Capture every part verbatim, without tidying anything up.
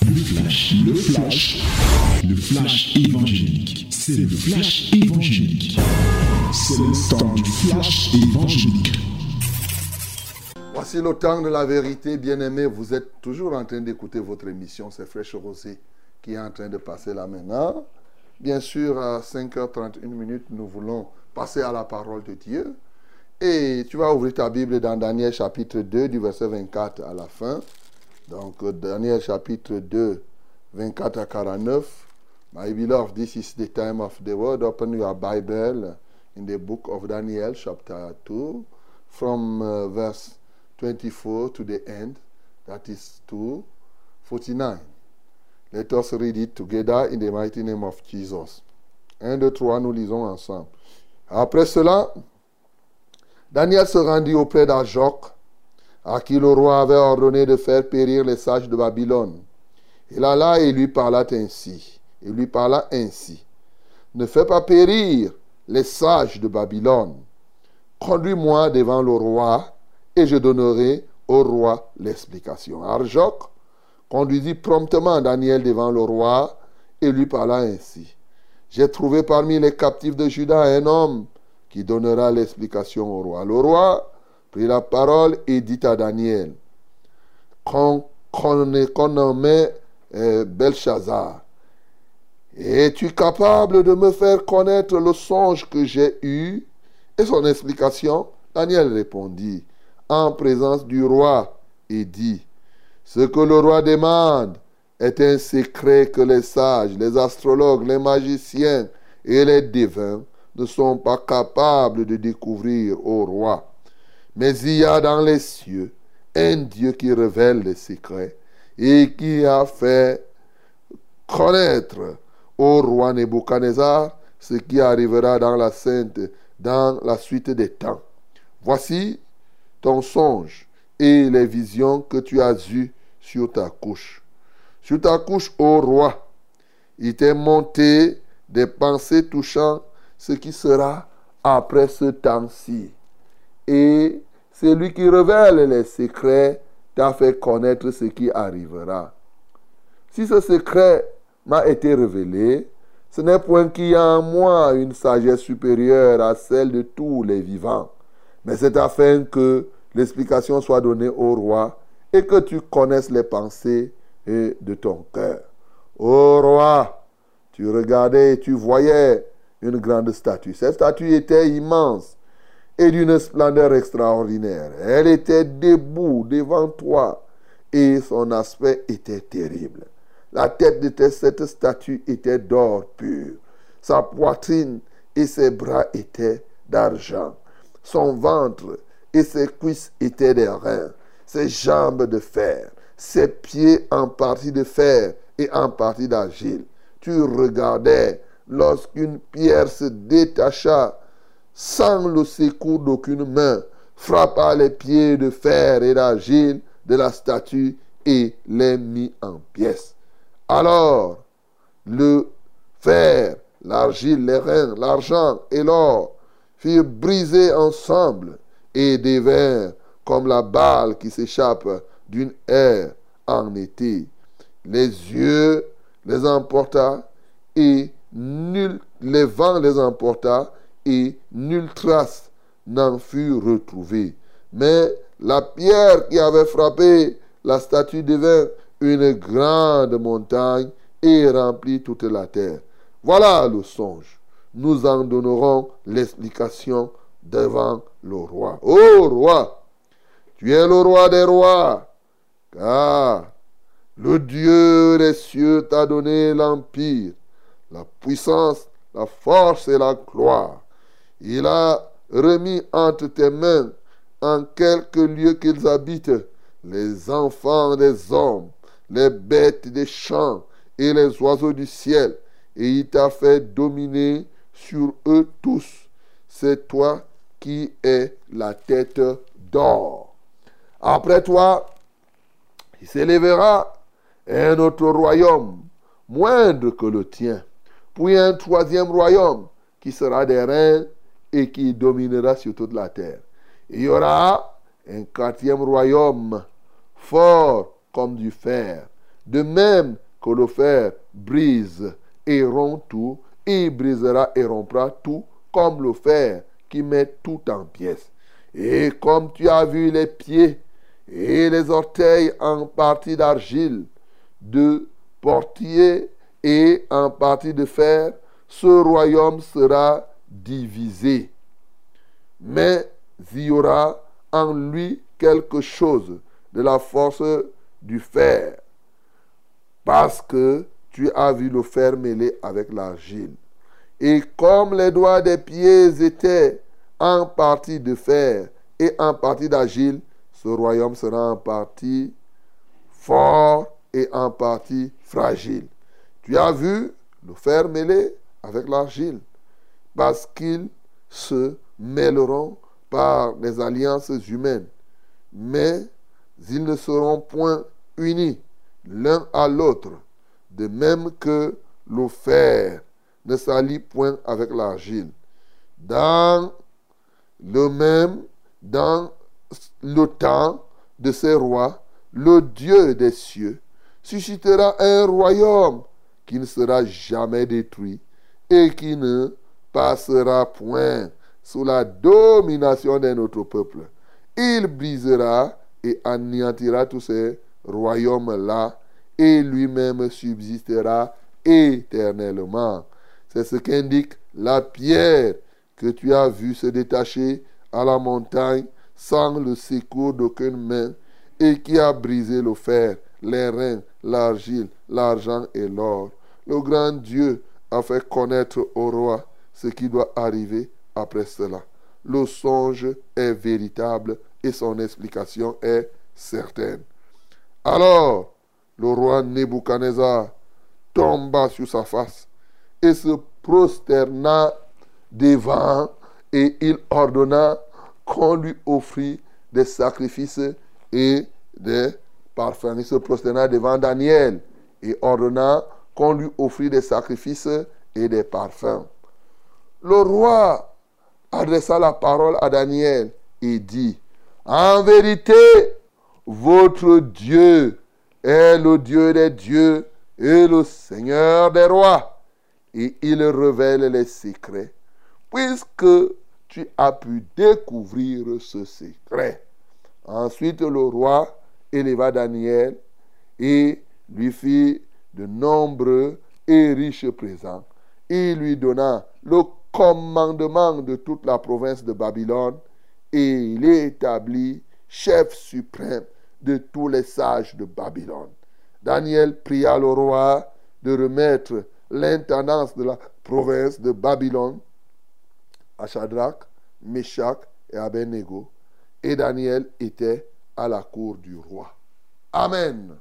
Le flash, le flash, le flash évangélique. C'est le flash évangélique. C'est le temps du flash évangélique. Voici le temps de la vérité, bien-aimés. Vous êtes toujours en train d'écouter votre émission. C'est Fraîche Rosée qui est en train de passer là maintenant. Bien sûr, à cinq heures trente et une minutes, nous voulons passer à la parole de Dieu. Et tu vas ouvrir ta Bible dans Daniel chapitre deux, du verset vingt-quatre à la fin. Donc, Daniel chapitre deux, vingt-quatre à quarante-neuf. My beloved, this is the time of the word. Open your Bible in the book of Daniel chapter two, from uh, verse twenty-four to the end. That is to forty-nine. Let us read it together in the mighty name of Jesus. Un, deux, trois, nous lisons ensemble. Après cela, Daniel se rendit auprès d'Arjoc, à qui le roi avait ordonné de faire périr les sages de Babylone. Il alla et lui parla ainsi. Il lui parla ainsi. Ne fais pas périr les sages de Babylone. Conduis-moi devant le roi, et je donnerai au roi l'explication. Arjoc conduisit promptement Daniel devant le roi, et lui parla ainsi. J'ai trouvé parmi les captifs de Juda un homme qui donnera l'explication au roi. Le roi prit la parole et dit à Daniel, qu'on qu'on nommait euh, Belshazzar, es-tu capable de me faire connaître le songe que j'ai eu et son explication? Daniel répondit en présence du roi et dit, ce que le roi demande est un secret que les sages, les astrologues, les magiciens et les devins ne sont pas capables de découvrir au roi. Mais il y a dans les cieux un Dieu qui révèle les secrets et qui a fait connaître au roi Nebuchadnezzar ce qui arrivera dans la sainte, dans la suite des temps. Voici ton songe et les visions que tu as eues sur ta couche. Sur ta couche, ô roi, il t'est monté des pensées touchant ce qui sera après ce temps-ci. Et celui qui révèle les secrets t'a fait connaître ce qui arrivera. Si ce secret m'a été révélé, ce n'est point qu'il y a en moi une sagesse supérieure à celle de tous les vivants, mais c'est afin que l'explication soit donnée au roi et que tu connaisses les pensées de ton cœur. Ô roi, tu regardais et tu voyais une grande statue. Cette statue était immense et d'une splendeur extraordinaire. Elle était debout devant toi et son aspect était terrible. La tête de cette statue était d'or pur. Sa poitrine et ses bras étaient d'argent. Son ventre et ses cuisses étaient des reins. Ses jambes de fer. Ses pieds en partie de fer et en partie d'argile. Tu regardais lorsqu'une pierre se détacha sans le secours d'aucune main, frappa les pieds de fer et d'argile de la statue et les mit en pièces. Alors, le fer, l'argile, les reins, l'argent et l'or furent brisés ensemble et devinrent comme la balle qui s'échappe d'une aire en été. Les yeux les emporta et nul, les vents les emporta et nulle trace n'en fut retrouvée. Mais la pierre qui avait frappé la statue devint une grande montagne et remplit toute la terre. Voilà le songe. Nous en donnerons l'explication devant le roi. Ô roi, tu es le roi des rois, car le Dieu des cieux t'a donné l'empire, la puissance, la force et la gloire. Il a remis entre tes mains, en quelque lieu qu'ils habitent, les enfants des hommes, les bêtes des champs et les oiseaux du ciel, et il t'a fait dominer sur eux tous. C'est toi qui es la tête d'or. Après toi, il s'élèvera un autre royaume, moindre que le tien, puis un troisième royaume qui sera des reins et qui dominera sur toute la terre. Il y aura un quatrième royaume, fort comme du fer, De même que le fer brise et rompt tout, il brisera et rompra tout comme le fer qui met tout en pièces. Et comme tu as vu les pieds et les orteils en partie d'argile, de portier et en partie de fer, ce royaume sera divisé. Mais il y aura en lui quelque chose de la force du fer, parce que tu as vu le fer mêlé avec l'argile. Et comme les doigts des pieds étaient en partie de fer et en partie d'argile, ce royaume sera en partie fort et en partie fragile. Tu as vu le fer mêlé avec l'argile, parce qu'ils se mêleront par des alliances humaines, mais ils ne seront point unis l'un à l'autre, de même que le fer ne s'allie point avec l'argile. Dans le même, dans le temps de ces rois, le Dieu des cieux suscitera un royaume qui ne sera jamais détruit et qui ne passera point sous la domination d'un autre peuple. Il brisera et anéantira tous ces royaumes-là et lui-même subsistera éternellement. C'est ce qu'indique la pierre que tu as vue se détacher à la montagne sans le secours d'aucune main et qui a brisé le fer, les reins, l'argile, l'argent et l'or. Le grand Dieu a fait connaître au roi ce qui doit arriver après cela. Le songe est véritable et son explication est certaine. Alors, le roi Nebuchadnezzar tomba sur sa face et se prosterna devant, et il ordonna qu'on lui offrit des sacrifices et des parfums. Il se prosterna devant Daniel et ordonna qu'on lui offrit des sacrifices et des parfums. Le roi adressa la parole à Daniel et dit: en vérité, votre Dieu est le Dieu des dieux et le Seigneur des rois, et il révèle les secrets, puisque tu as pu découvrir ce secret. Ensuite, le roi éleva Daniel et lui fit de nombreux et riches présents. Il lui donna le commandement de toute la province de Babylone et il établit chef suprême de tous les sages de Babylone. Daniel pria le roi de remettre l'intendance de la province de Babylone à Shadrach, Meshach et Abednego, et Daniel était à la cour du roi. Amen.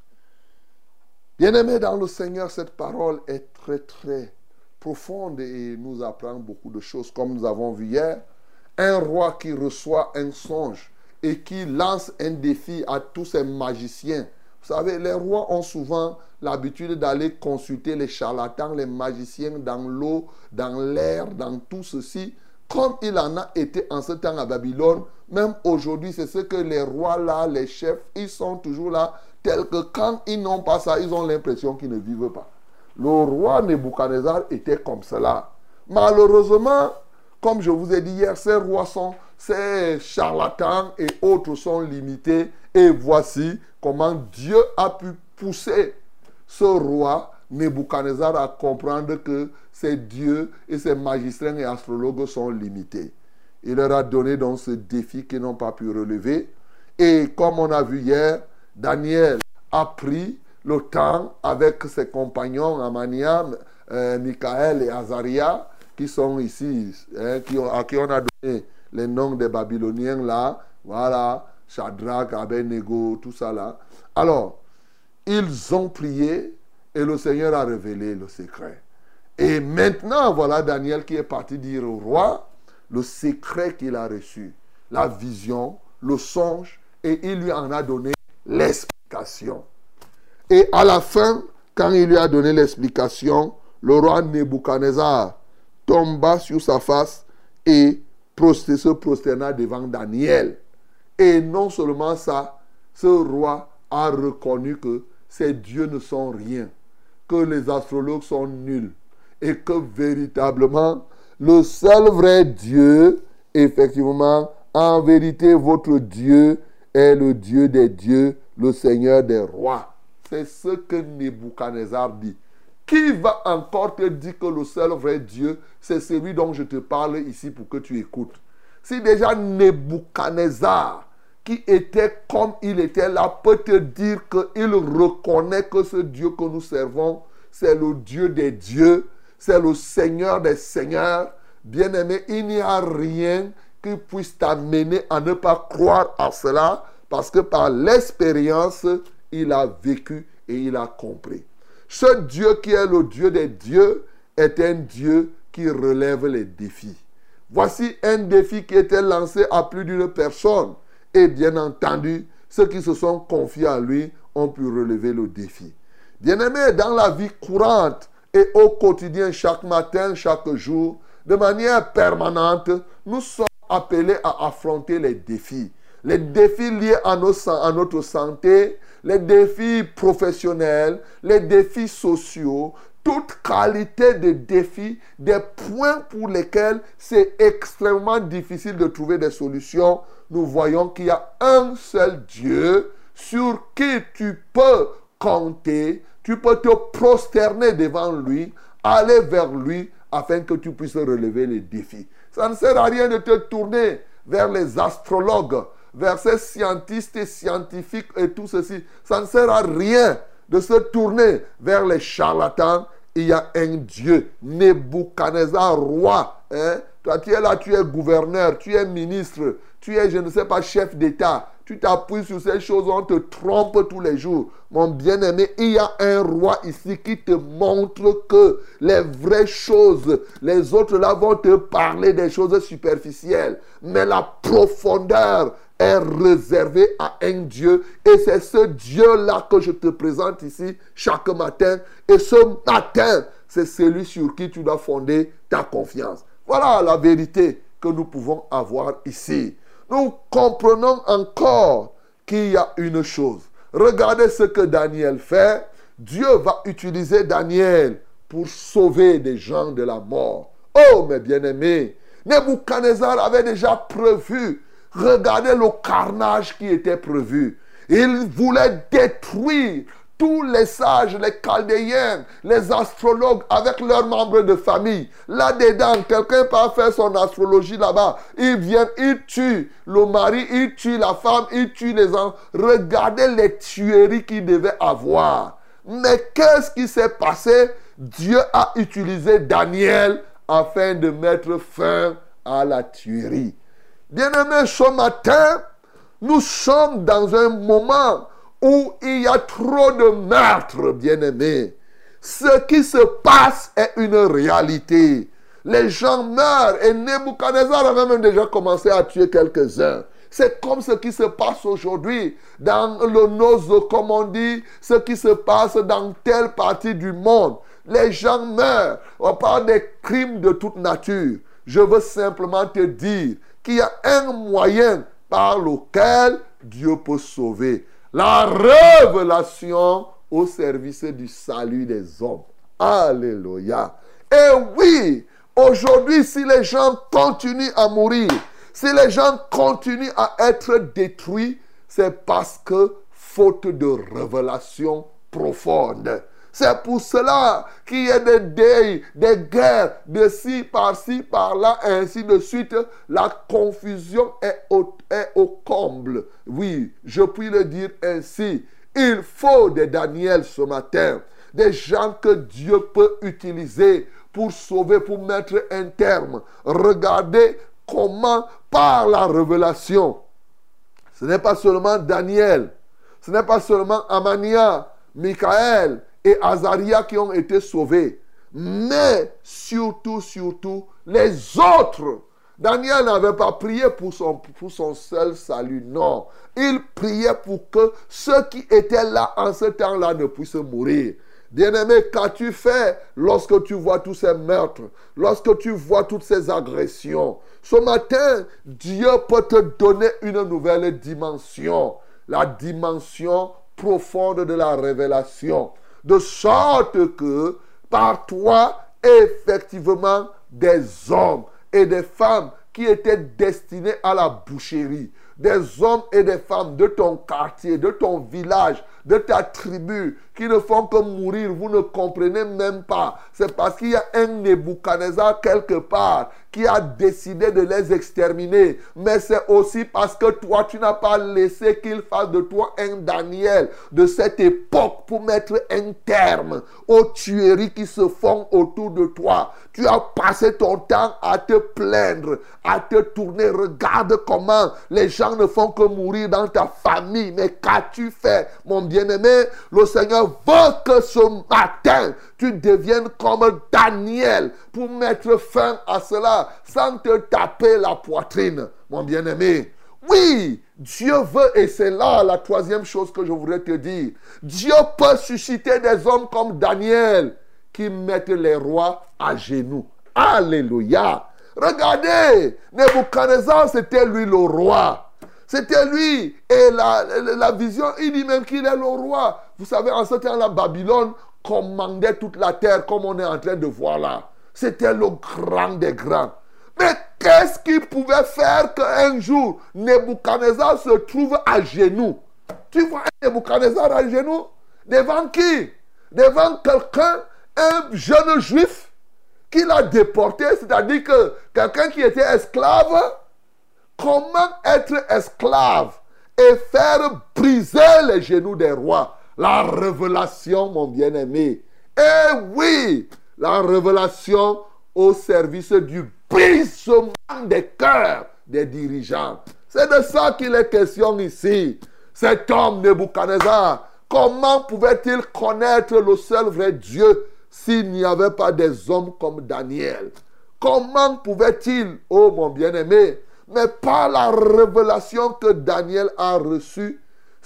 Bien-aimés dans le Seigneur, cette parole est très très profonde et nous apprend beaucoup de choses. Comme nous avons vu hier, un roi qui reçoit un songe et qui lance un défi à tous ces magiciens. Vous savez, les rois ont souvent l'habitude d'aller consulter les charlatans, les magiciens dans l'eau, dans l'air, dans tout ceci. Comme il en a été en ce temps à Babylone, même aujourd'hui, c'est ce que les rois là, les chefs, ils sont toujours là, tels que quand ils n'ont pas ça, ils ont l'impression qu'ils ne vivent pas. Le roi Nebuchadnezzar était comme cela. Malheureusement, comme je vous ai dit hier, ces rois sont, ces charlatans et autres sont limités. Et voici comment Dieu a pu pousser ce roi Nebuchadnezzar à comprendre que ces dieux et ces magistrats et astrologues sont limités. Il leur a donné donc ce défi qu'ils n'ont pas pu relever. Et comme on a vu hier, Daniel a pris le temps avec ses compagnons Amania, euh, Michaël et Azaria, qui sont ici, hein, qui ont, à qui on a donné les noms des Babyloniens là, voilà, Shadrach, Abednego, tout ça là. Alors, ils ont prié et le Seigneur a révélé le secret. Et maintenant, voilà Daniel qui est parti dire au roi le secret qu'il a reçu, la vision, le songe, et il lui en a donné l'explication. Et à la fin, quand il lui a donné l'explication, le roi Nebuchadnezzar tomba sur sa face et se prosterna devant Daniel. Et non seulement ça, ce roi a reconnu que ces dieux ne sont rien, que les astrologues sont nuls et que véritablement, le seul vrai Dieu, effectivement, en vérité, votre Dieu est le Dieu des dieux, le Seigneur des rois. C'est ce que Nebuchadnezzar dit. Qui va encore te dire que le seul vrai Dieu, c'est celui dont je te parle ici pour que tu écoutes? Si déjà Nebuchadnezzar, qui était comme il était là, peut te dire qu'il reconnaît que ce Dieu que nous servons, c'est le Dieu des dieux, c'est le Seigneur des seigneurs. Bien-aimé, il n'y a rien qui puisse t'amener à ne pas croire à cela, parce que par l'expérience, il a vécu et il a compris. Ce Dieu qui est le Dieu des dieux est un Dieu qui relève les défis. Voici un défi qui était lancé à plus d'une personne. Et bien entendu, ceux qui se sont confiés à lui ont pu relever le défi. Bien-aimés, dans la vie courante et au quotidien, chaque matin, chaque jour, de manière permanente, nous sommes appelés à affronter les défis. Les défis liés à, nos, à notre santé, les défis professionnels, les défis sociaux, toute qualité de défis, des points pour lesquels c'est extrêmement difficile de trouver des solutions. Nous voyons qu'il y a un seul Dieu sur qui tu peux compter, tu peux te prosterner devant lui, aller vers lui afin que tu puisses relever les défis. Ça ne sert à rien de te tourner vers les astrologues, vers ces scientistes et scientifiques et tout ceci. Ça ne sert à rien de se tourner vers les charlatans. Il y a un Dieu, Nebuchadnezzar, roi. Hein? Toi, tu es là, tu es gouverneur, tu es ministre, tu es, je ne sais pas, chef d'État. Tu t'appuies sur ces choses, on te trompe tous les jours. Mon bien-aimé, il y a un roi ici qui te montre que les vraies choses, les autres là vont te parler des choses superficielles. Mais la profondeur est réservée à un Dieu. Et c'est ce Dieu-là que je te présente ici chaque matin. Et ce matin, c'est celui sur qui tu dois fonder ta confiance. Voilà la vérité que nous pouvons avoir ici. Nous comprenons encore qu'il y a une chose. Regardez ce que Daniel fait. Dieu va utiliser Daniel pour sauver des gens de la mort. Oh, mes bien-aimés, Nebuchadnezzar avait déjà prévu. Regardez le carnage qui était prévu. Il voulait détruire tous les sages, les chaldéens, les astrologues avec leurs membres de famille. Là-dedans, quelqu'un peut faire son astrologie là-bas. Ils viennent, ils tuent le mari, ils tuent la femme, ils tuent les enfants. Regardez les tueries qu'ils devaient avoir. Mais qu'est-ce qui s'est passé? Dieu a utilisé Daniel afin de mettre fin à la tuerie. Bien-aimés, ce matin, nous sommes dans un moment où il y a trop de meurtres, bien-aimés. Ce qui se passe est une réalité. Les gens meurent et Nebuchadnezzar avait même déjà commencé à tuer quelques-uns. C'est comme ce qui se passe aujourd'hui dans le Nozo, comme on dit, ce qui se passe dans telle partie du monde. Les gens meurent. On parle des crimes de toute nature. Je veux simplement te dire qu'il y a un moyen par lequel Dieu peut sauver. La révélation au service du salut des hommes. Alléluia. Et oui, aujourd'hui, si les gens continuent à mourir, si les gens continuent à être détruits, c'est parce que faute de révélation profonde. C'est pour cela qu'il y a des deuils, des guerres, de ci par-ci, par-là, et ainsi de suite. La confusion est au, est au comble. Oui, je puis le dire ainsi. Il faut des Daniel ce matin, des gens que Dieu peut utiliser pour sauver, pour mettre un terme. Regardez comment, par la révélation, ce n'est pas seulement Daniel, ce n'est pas seulement Amania, Michaël et Azaria qui ont été sauvés, mais surtout, surtout, les autres. Daniel n'avait pas prié pour son, pour son seul salut, non. Il priait pour que ceux qui étaient là en ce temps-là ne puissent mourir. Bien-aimé, qu'as-tu fait lorsque tu vois tous ces meurtres, lorsque tu vois toutes ces agressions? Ce matin, Dieu peut te donner une nouvelle dimension, la dimension profonde de la révélation. De sorte que par toi, effectivement, des hommes et des femmes qui étaient destinés à la boucherie, des hommes et des femmes de ton quartier, de ton village, de ta tribu, qui ne font que mourir, vous ne comprenez même pas. C'est parce qu'il y a un Nebuchadnezzar quelque part qui a décidé de les exterminer. Mais c'est aussi parce que toi, tu n'as pas laissé qu'il fasse de toi un Daniel de cette époque pour mettre un terme aux tueries qui se font autour de toi. Tu as passé ton temps à te plaindre, à te tourner. Regarde comment les gens ne font que mourir dans ta famille. Mais qu'as-tu fait, mon bien-aimé? Le Seigneur veut que ce matin, tu deviennes comme Daniel pour mettre fin à cela sans te taper la poitrine, mon bien-aimé. Oui, Dieu veut, et c'est là la troisième chose que je voudrais te dire. Dieu peut susciter des hommes comme Daniel qui mettent les rois à genoux. Alléluia. Regardez, Nebuchadnezzar, c'était lui le roi. C'était lui. Et la, la, la vision, il dit même qu'il est le roi. Vous savez, en ce temps, la Babylone commandait toute la terre comme on est en train de voir là. C'était le grand des grands. Mais qu'est-ce qui pouvait faire qu'un jour, Nebuchadnezzar se trouve à genoux? Tu vois Nebuchadnezzar à genoux? Devant qui? Devant quelqu'un, un jeune juif qui l'a déporté, c'est-à-dire que quelqu'un qui était esclave. Comment être esclave et faire briser les genoux des rois? La révélation, mon bien-aimé. Eh oui, la révélation au service du brisement des cœurs des dirigeants. C'est de ça qu'il est question ici. Cet homme Nebuchadnezzar, comment pouvait-il connaître le seul vrai Dieu s'il n'y avait pas des hommes comme Daniel? Comment pouvait-il, oh mon bien-aimé, mais par la révélation que Daniel a reçue,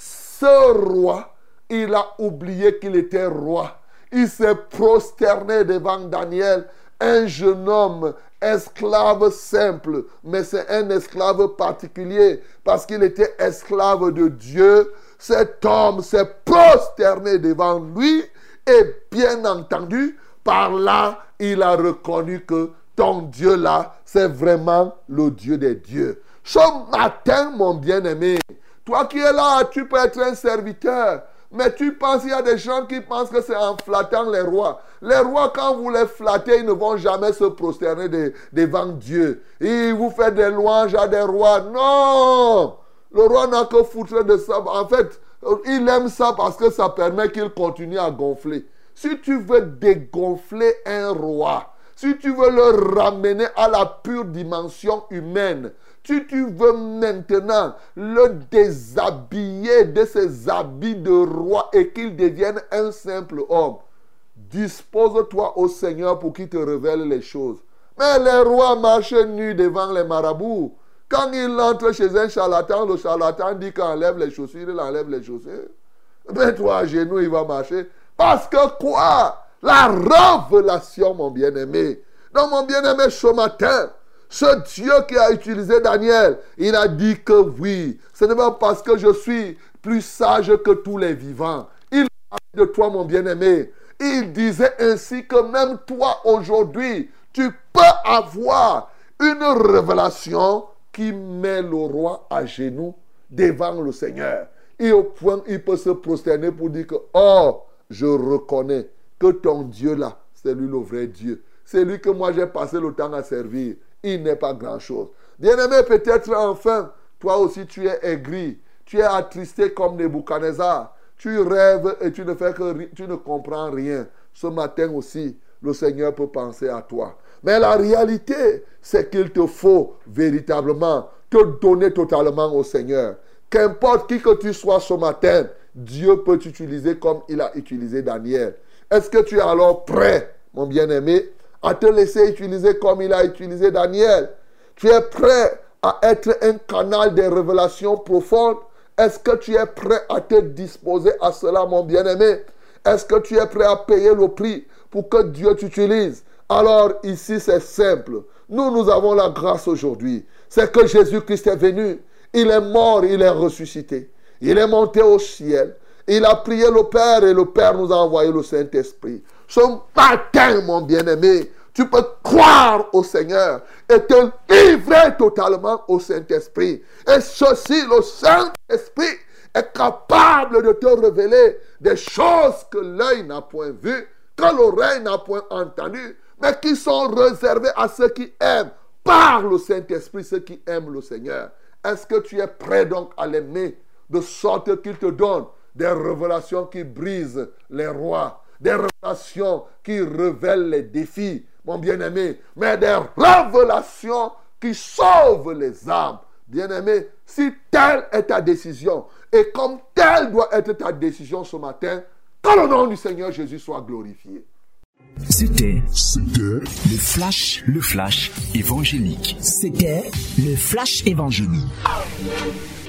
ce roi, il a oublié qu'il était roi. Il s'est prosterné devant Daniel, un jeune homme, esclave simple, mais c'est un esclave particulier, parce qu'il était esclave de Dieu. Cet homme s'est prosterné devant lui, et bien entendu, par là, il a reconnu que ton Dieu là, c'est vraiment le Dieu des dieux. Ce matin, mon bien-aimé, toi qui es là, tu peux être un serviteur. Mais tu penses qu'il y a des gens qui pensent que c'est en flattant les rois. Les rois, quand vous les flattez, ils ne vont jamais se prosterner de, devant Dieu. Ils vous font des louanges à des rois. Non! Le roi n'a que foutre de ça. En fait, il aime ça parce que ça permet qu'il continue à gonfler. Si tu veux dégonfler un roi, si tu veux le ramener à la pure dimension humaine, si tu veux maintenant le déshabiller de ses habits de roi et qu'il devienne un simple homme, dispose-toi au Seigneur pour qu'il te révèle les choses. Mais les rois marchent nus devant les marabouts. Quand il entre chez un charlatan, le charlatan dit qu'il enlève les chaussures, il enlève les chaussures. Mais toi, à genoux, il va marcher. Parce que quoi? La révélation, mon bien-aimé. Donc, mon bien-aimé, ce matin, ce Dieu qui a utilisé Daniel, il a dit que oui, ce n'est pas parce que je suis plus sage que tous les vivants. Il parle de toi, mon bien-aimé. Il disait ainsi que même toi, aujourd'hui, tu peux avoir une révélation qui met le roi à genoux devant le Seigneur. Et au point, il peut se prosterner pour dire que, oh, je reconnais que ton Dieu là, c'est lui le vrai Dieu. C'est lui que moi j'ai passé le temps à servir. Il n'est pas grand-chose. Bien-aimé, peut-être enfin, toi aussi tu es aigri. Tu es attristé comme Nebuchadnezzar. Tu rêves et tu ne fais que tu ne comprends rien. Ce matin aussi, le Seigneur peut penser à toi. Mais la réalité, c'est qu'il te faut véritablement te donner totalement au Seigneur. Qu'importe qui que tu sois ce matin, Dieu peut t'utiliser comme il a utilisé Daniel. Est-ce que tu es alors prêt, mon bien-aimé, à te laisser utiliser comme il a utilisé Daniel? Tu es prêt à être un canal de révélations profondes? Est-ce que tu es prêt à te disposer à cela, mon bien-aimé? Est-ce que tu es prêt à payer le prix pour que Dieu t'utilise? Alors ici, c'est simple. Nous, nous avons la grâce aujourd'hui. C'est que Jésus-Christ est venu. Il est mort, il est ressuscité. Il est monté au ciel. Il a prié le Père et le Père nous a envoyé le Saint-Esprit. Ce matin, mon bien-aimé, tu peux croire au Seigneur et te livrer totalement au Saint-Esprit. Et ceci, le Saint-Esprit est capable de te révéler des choses que l'œil n'a point vues, que l'oreille n'a point entendues, mais qui sont réservées à ceux qui aiment par le Saint-Esprit, ceux qui aiment le Seigneur. Est-ce que tu es prêt donc à l'aimer, de sorte qu'il te donne des révélations qui brisent les rois, des révélations qui révèlent les défis, mon bien-aimé, mais des révélations qui sauvent les âmes. Bien-aimé, si telle est ta décision, et comme telle doit être ta décision ce matin, que le nom du Seigneur Jésus soit glorifié. C'était, C'était le flash, le flash évangélique. C'était le flash évangélique.